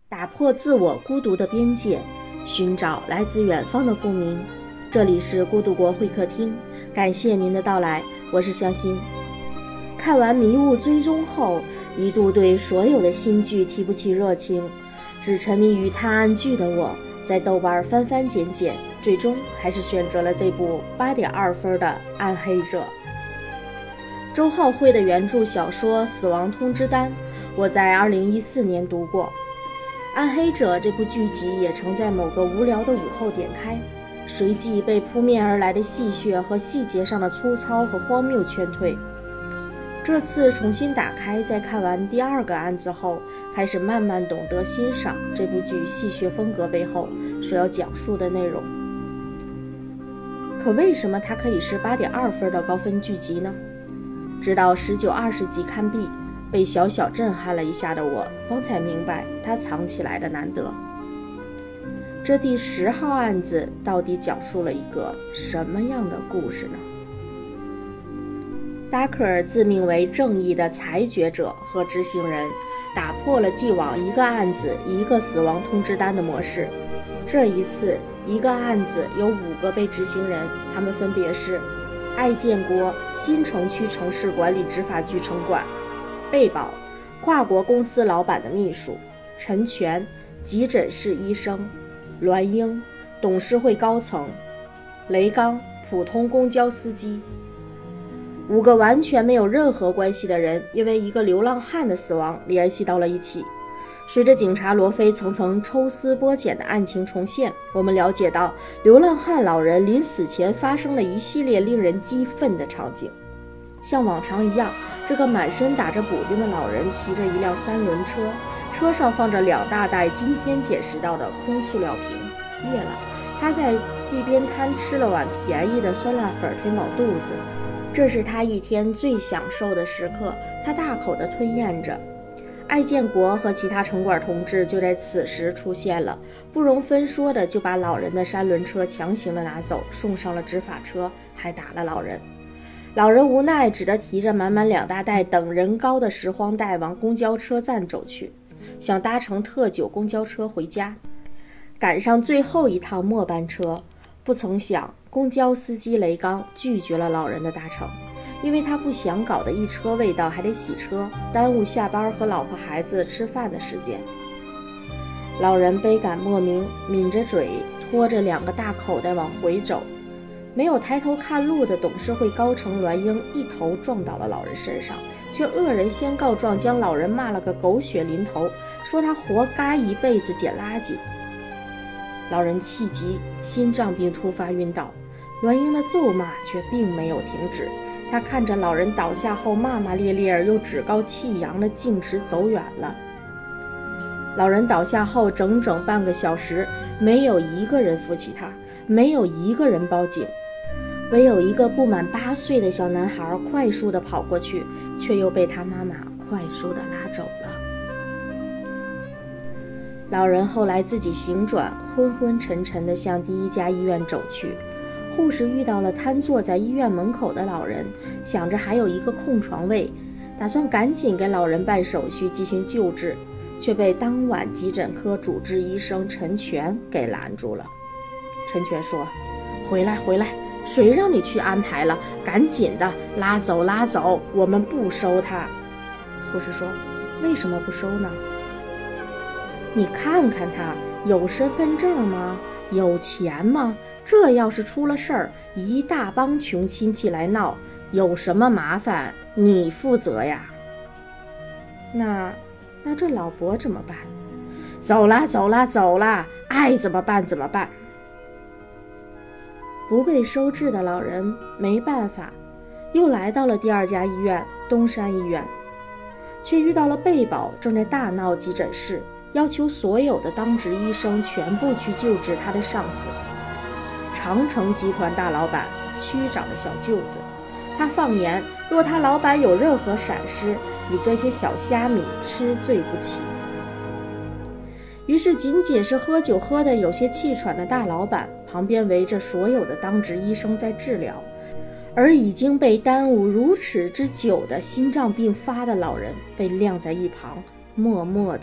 打破自我孤独的边界，寻找来自远方的共鸣。这里是孤独国会客厅，感谢您的到来，我是香心。看完《迷雾追踪》后，一度对所有的新剧提不起热情，只沉迷于探案剧的我，在豆瓣翻翻捡捡，最终还是选择了这部8.2分的《暗黑者》。周浩辉的原著小说《死亡通知单》，我在2014年读过。《暗黑者》这部剧集也曾在某个无聊的午后点开，随即被扑面而来的戏谑和细节上的粗糙和荒谬劝退。这次重新打开，在看完第二个案子后，开始慢慢懂得欣赏这部剧戏谑风格背后所要讲述的内容。可为什么它可以是8.2分的高分剧集呢？直到19、20集看毕，被小小震撼了一下的我，方才明白它藏起来的难得。这第10号案子到底讲述了一个什么样的故事呢？达克尔自命为正义的裁决者和执行人，打破了既往一个案子一个死亡通知单的模式。这一次，一个案子有5个被执行人，他们分别是艾建国，新城区城市管理执法局城管；贝宝，跨国公司老板的秘书；陈全，急诊室医生；栾英，董事会高层；雷刚，普通公交司机。5个完全没有任何关系的人，因为一个流浪汉的死亡联系到了一起。随着警察罗非层层抽丝剥茧的案情重现，我们了解到流浪汉老人临死前发生了一系列令人激愤的场景。像往常一样，这个满身打着补丁的老人骑着一辆3轮车，车上放着2大袋今天捡拾到的空塑料瓶。夜了，他在地边摊吃了碗便宜的酸辣粉填饱肚子，这是他一天最享受的时刻，他大口地吞咽着。艾建国和其他城管同志就在此时出现了，不容分说的就把老人的3轮车强行的拿走，送上了执法车，还打了老人。老人无奈，只得提着满满2大袋等人高的拾荒袋往公交车站走去，想搭乘特9公交车回家，赶上最后一趟末班车。不曾想，公交司机雷刚拒绝了老人的搭乘，因为他不想搞得一车未到还得洗车，耽误下班和老婆孩子吃饭的时间。老人悲感莫名，抿着嘴，拖着2个大口袋往回走。没有抬头看路的董事会高层栾英一头撞倒了老人身上，却恶人先告状，将老人骂了个狗血淋头，说他活该一辈子捡垃圾。老人气急，心脏病突发晕倒，栾英的咒骂却并没有停止。他看着老人倒下后骂骂咧咧，又趾高气扬地径直走远了。老人倒下后整整半个小时，没有一个人扶起他，没有一个人报警，唯有一个不满8岁的小男孩快速地跑过去，却又被他妈妈快速地拉走了。老人后来自己醒转，昏昏沉沉地向第1家医院走去。护士遇到了瘫坐在医院门口的老人，想着还有一个空床位，打算赶紧给老人办手续进行救治，却被当晚急诊科主治医生陈全给拦住了。陈全说：回来，谁让你去安排了？赶紧的，拉走，我们不收他。护士说：为什么不收呢？你看看他有身份证吗？有钱吗？这要是出了事儿，一大帮穷亲戚来闹，有什么麻烦你负责呀。那这老伯怎么办？走啦，爱怎么办。不被收治的老人没办法，又来到了第2家医院东山医院，却遇到了贝宝正在大闹急诊室，要求所有的当值医生全部去救治他的上司，长城集团大老板区长的小舅子。他放言，若他老板有任何闪失，你这些小虾米吃罪不起。于是仅仅是喝酒喝得有些气喘的大老板，旁边围着所有的当值医生在治疗，而已经被耽误如此之久的心脏病发的老人被晾在一旁，默默地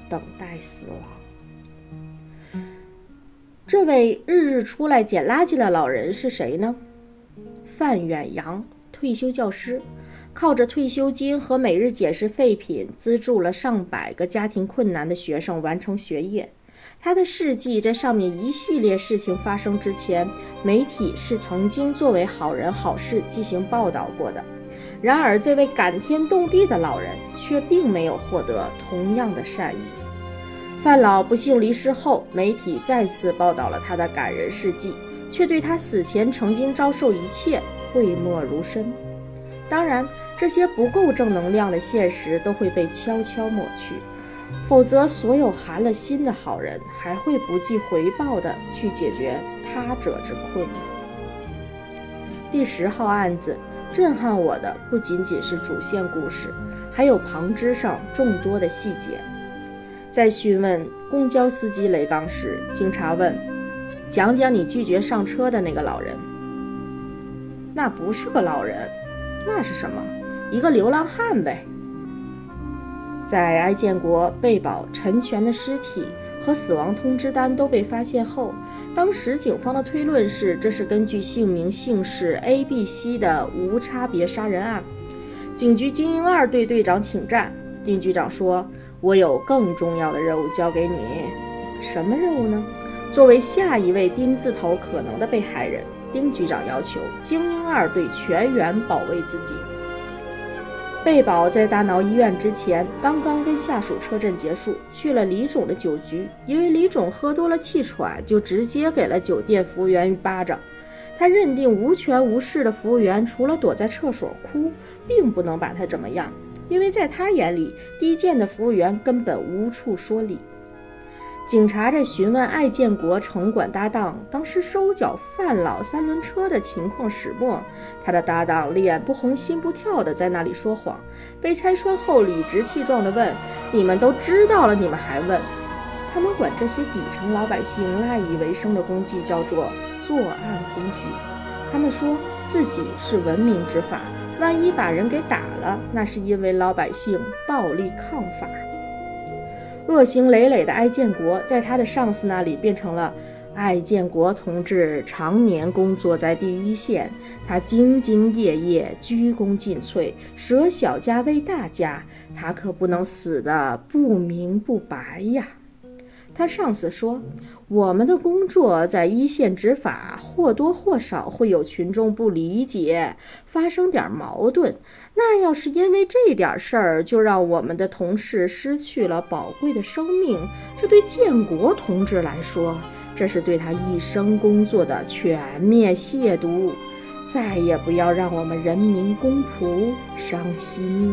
等待死亡。这位日日出来捡垃圾的老人是谁呢？范远洋，退休教师，靠着退休金和每日捡拾废品，资助了上百个家庭困难的学生完成学业。他的事迹在上面一系列事情发生之前，媒体是曾经作为好人好事进行报道过的。然而这位感天动地的老人却并没有获得同样的善意。范老不幸离世后，媒体再次报道了他的感人事迹，却对他死前曾经遭受一切讳莫如深。当然，这些不够正能量的现实都会被悄悄抹去，否则所有寒了心的好人还会不计回报地去解决他者之困难。第10号案子震撼我的不仅仅是主线故事，还有旁支上众多的细节。在询问公交司机雷刚时，警察问：讲讲你拒绝上车的那个老人。那不是个老人，那是什么？一个流浪汉呗。在哀建国被保陈全的尸体和死亡通知单都被发现后，当时警方的推论是，这是根据姓名姓氏 A、B、C 的无差别杀人案。警局精英2队队长请战，丁局长说：我有更重要的任务交给你。什么任务呢？作为下一位丁字头可能的被害人，丁局长要求精英2队全员保卫自己。被保在大闹医院之前，刚刚跟下属车震结束，去了李总的酒局。因为李总喝多了气喘，就直接给了酒店服务员一巴掌。他认定无权无势的服务员除了躲在厕所哭，并不能把他怎么样，因为在他眼里，低贱的服务员根本无处说理。警察在询问艾建国城管搭档当时收缴范老3轮车的情况始末，他的搭档脸不红心不跳的在那里说谎，被拆穿后理直气壮地问：你们都知道了，你们还问？他们管这些底层老百姓赖以为生的工具叫做作案工具。他们说自己是文明执法，万一把人给打了，那是因为老百姓暴力抗法。恶行累累的艾建国在他的上司那里变成了：艾建国同志常年工作在第一线，他兢兢业业，鞠躬尽瘁，舍小家为大家，他可不能死得不明不白呀。他上司说：我们的工作在一线执法，或多或少会有群众不理解，发生点矛盾，那要是因为这点事儿就让我们的同事失去了宝贵的生命，这对建国同志来说，这是对他一生工作的全面亵渎，再也不要让我们人民公仆伤心呐。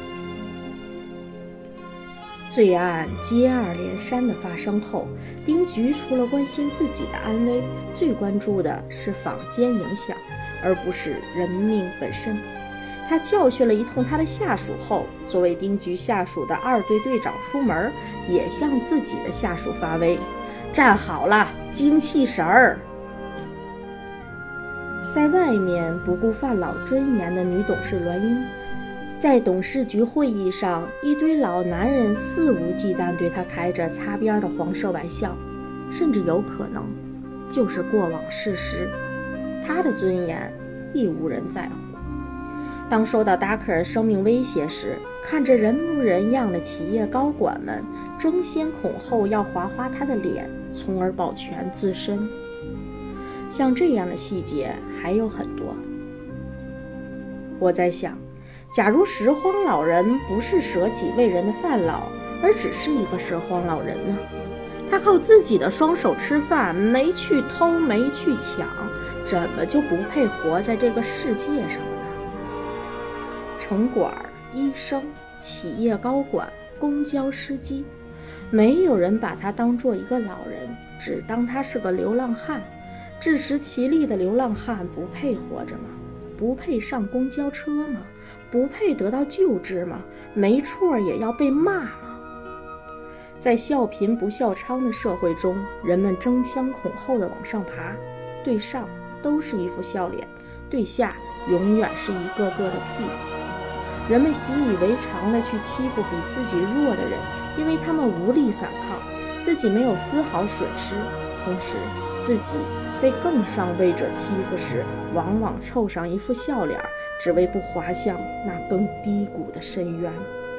罪案接二连三的发生后，丁局除了关心自己的安危，最关注的是坊间影响，而不是人命本身。他教训了一通他的下属后，作为丁局下属的2队队长出门，也向自己的下属发威：站好了，精气神儿。在外面不顾范老尊严的女董事栾英，在董事局会议上，一堆老男人肆无忌惮对他开着擦边的黄色玩笑，甚至有可能就是过往事实，他的尊严亦无人在乎。当受到达克尔生命威胁时，看着人模人样的企业高管们争先恐后要划划他的脸，从而保全自身。像这样的细节还有很多。我在想，假如拾荒老人不是舍己为人的范老，而只是一个拾荒老人呢？他靠自己的双手吃饭，没去偷，没去抢，怎么就不配活在这个世界上呢？城管、医生、企业高管、公交司机，没有人把他当作一个老人，只当他是个流浪汉。自食其力的流浪汉不配活着吗？不配上公交车吗？不配得到救治吗？没错也要被骂吗？在笑贫不笑娼的社会中，人们争相恐后的往上爬，对上都是一副笑脸，对下永远是一个个的屁股。人们习以为常地去欺负比自己弱的人， 因为他们无力反抗，自己没有丝毫损失，同时自己被更上位者欺负时，往往凑上一副笑脸，只为不滑向那更低谷的深渊。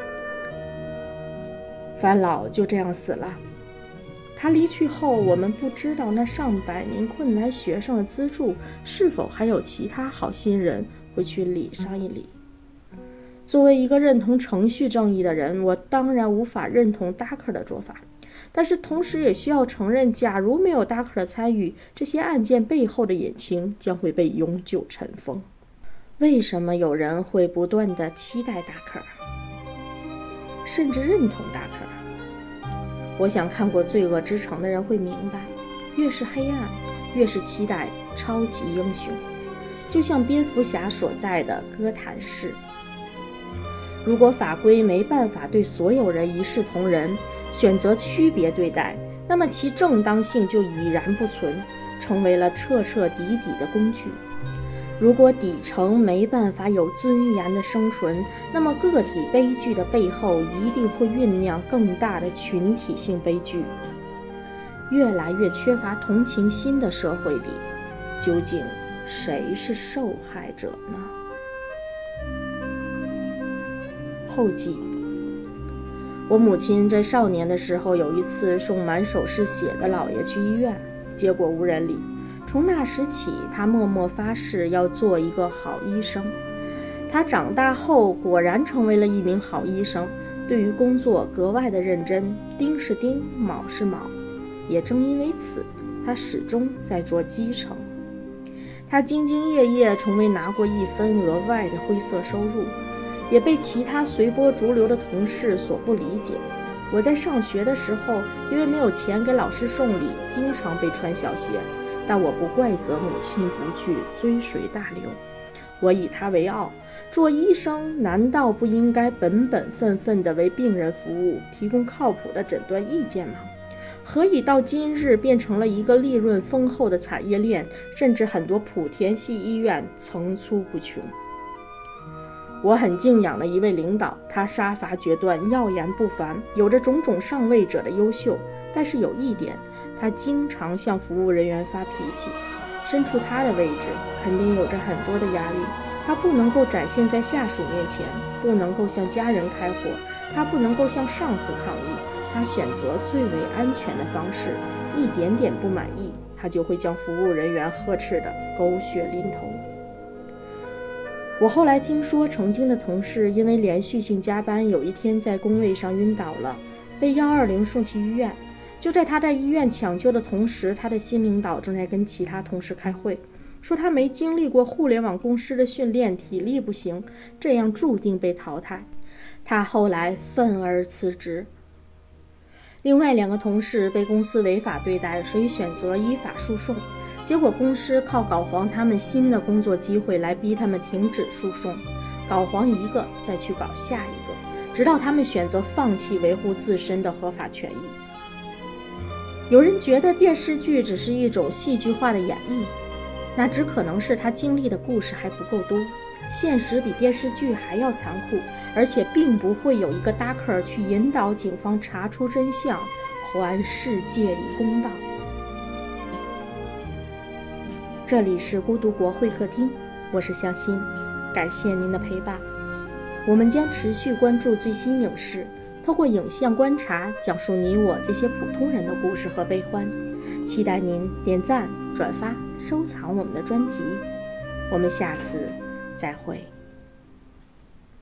樊老就这样死了。他离去后，我们不知道那上百名困难学生的资助是否还有其他好心人会去理上一理。作为一个认同程序正义的人，我当然无法认同达克的做法，但是同时也需要承认，假如没有达克的参与，这些案件背后的隐情将会被永久尘封。为什么有人会不断地期待达克，甚至认同达克？我想看过《罪恶之城》的人会明白，越是黑暗，越是期待超级英雄，就像蝙蝠侠所在的哥谭市。如果法规没办法对所有人一视同仁，选择区别对待，那么其正当性就已然不存，成为了彻彻底底的工具。如果底层没办法有尊严的生存，那么个体悲剧的背后一定会酝酿更大的群体性悲剧。越来越缺乏同情心的社会里，究竟谁是受害者呢？后记：我母亲在少年的时候有一次送满手是血的姥爷去医院，结果无人理。从那时起，他默默发誓要做一个好医生。他长大后果然成为了一名好医生，对于工作格外的认真，丁是丁，卯是卯。也正因为此，他始终在做基层。他兢兢业业，从未拿过一分额外的灰色收入，也被其他随波逐流的同事所不理解。我在上学的时候，因为没有钱给老师送礼，经常被穿小鞋，但我不怪责母亲不去追随大流，我以他为傲。做医生难道不应该本本分分地为病人服务，提供靠谱的诊断意见吗？何以到今日变成了一个利润丰厚的产业链，甚至很多莆田系医院层出不穷。我很敬仰的一位领导，他杀伐决断，耀眼不凡，有着种种上位者的优秀，但是有一点，他经常向服务人员发脾气。身处他的位置，肯定有着很多的压力，他不能够展现在下属面前，不能够向家人开火，他不能够向上司抗议，他选择最为安全的方式，一点点不满意，他就会将服务人员呵斥得狗血淋头。我后来听说，曾经的同事因为连续性加班，有一天在工位上晕倒了，被120送去医院。就在他在医院抢救的同时，他的新领导正在跟其他同事开会，说他没经历过互联网公司的训练，体力不行，这样注定被淘汰。他后来愤而辞职。另外2个同事被公司违法对待，所以选择依法诉讼。结果公司靠搞黄他们新的工作机会来逼他们停止诉讼，搞黄一个再去搞下一个，直到他们选择放弃维护自身的合法权益。有人觉得电视剧只是一种戏剧化的演绎，那只可能是他经历的故事还不够多，现实比电视剧还要残酷，而且并不会有一个达克去引导警方查出真相，还世界以公道。这里是孤独国会客厅，我是向心，感谢您的陪伴。我们将持续关注最新影视，透过影像观察，讲述你我这些普通人的故事和悲欢。期待您点赞、转发、收藏我们的专辑。我们下次再会。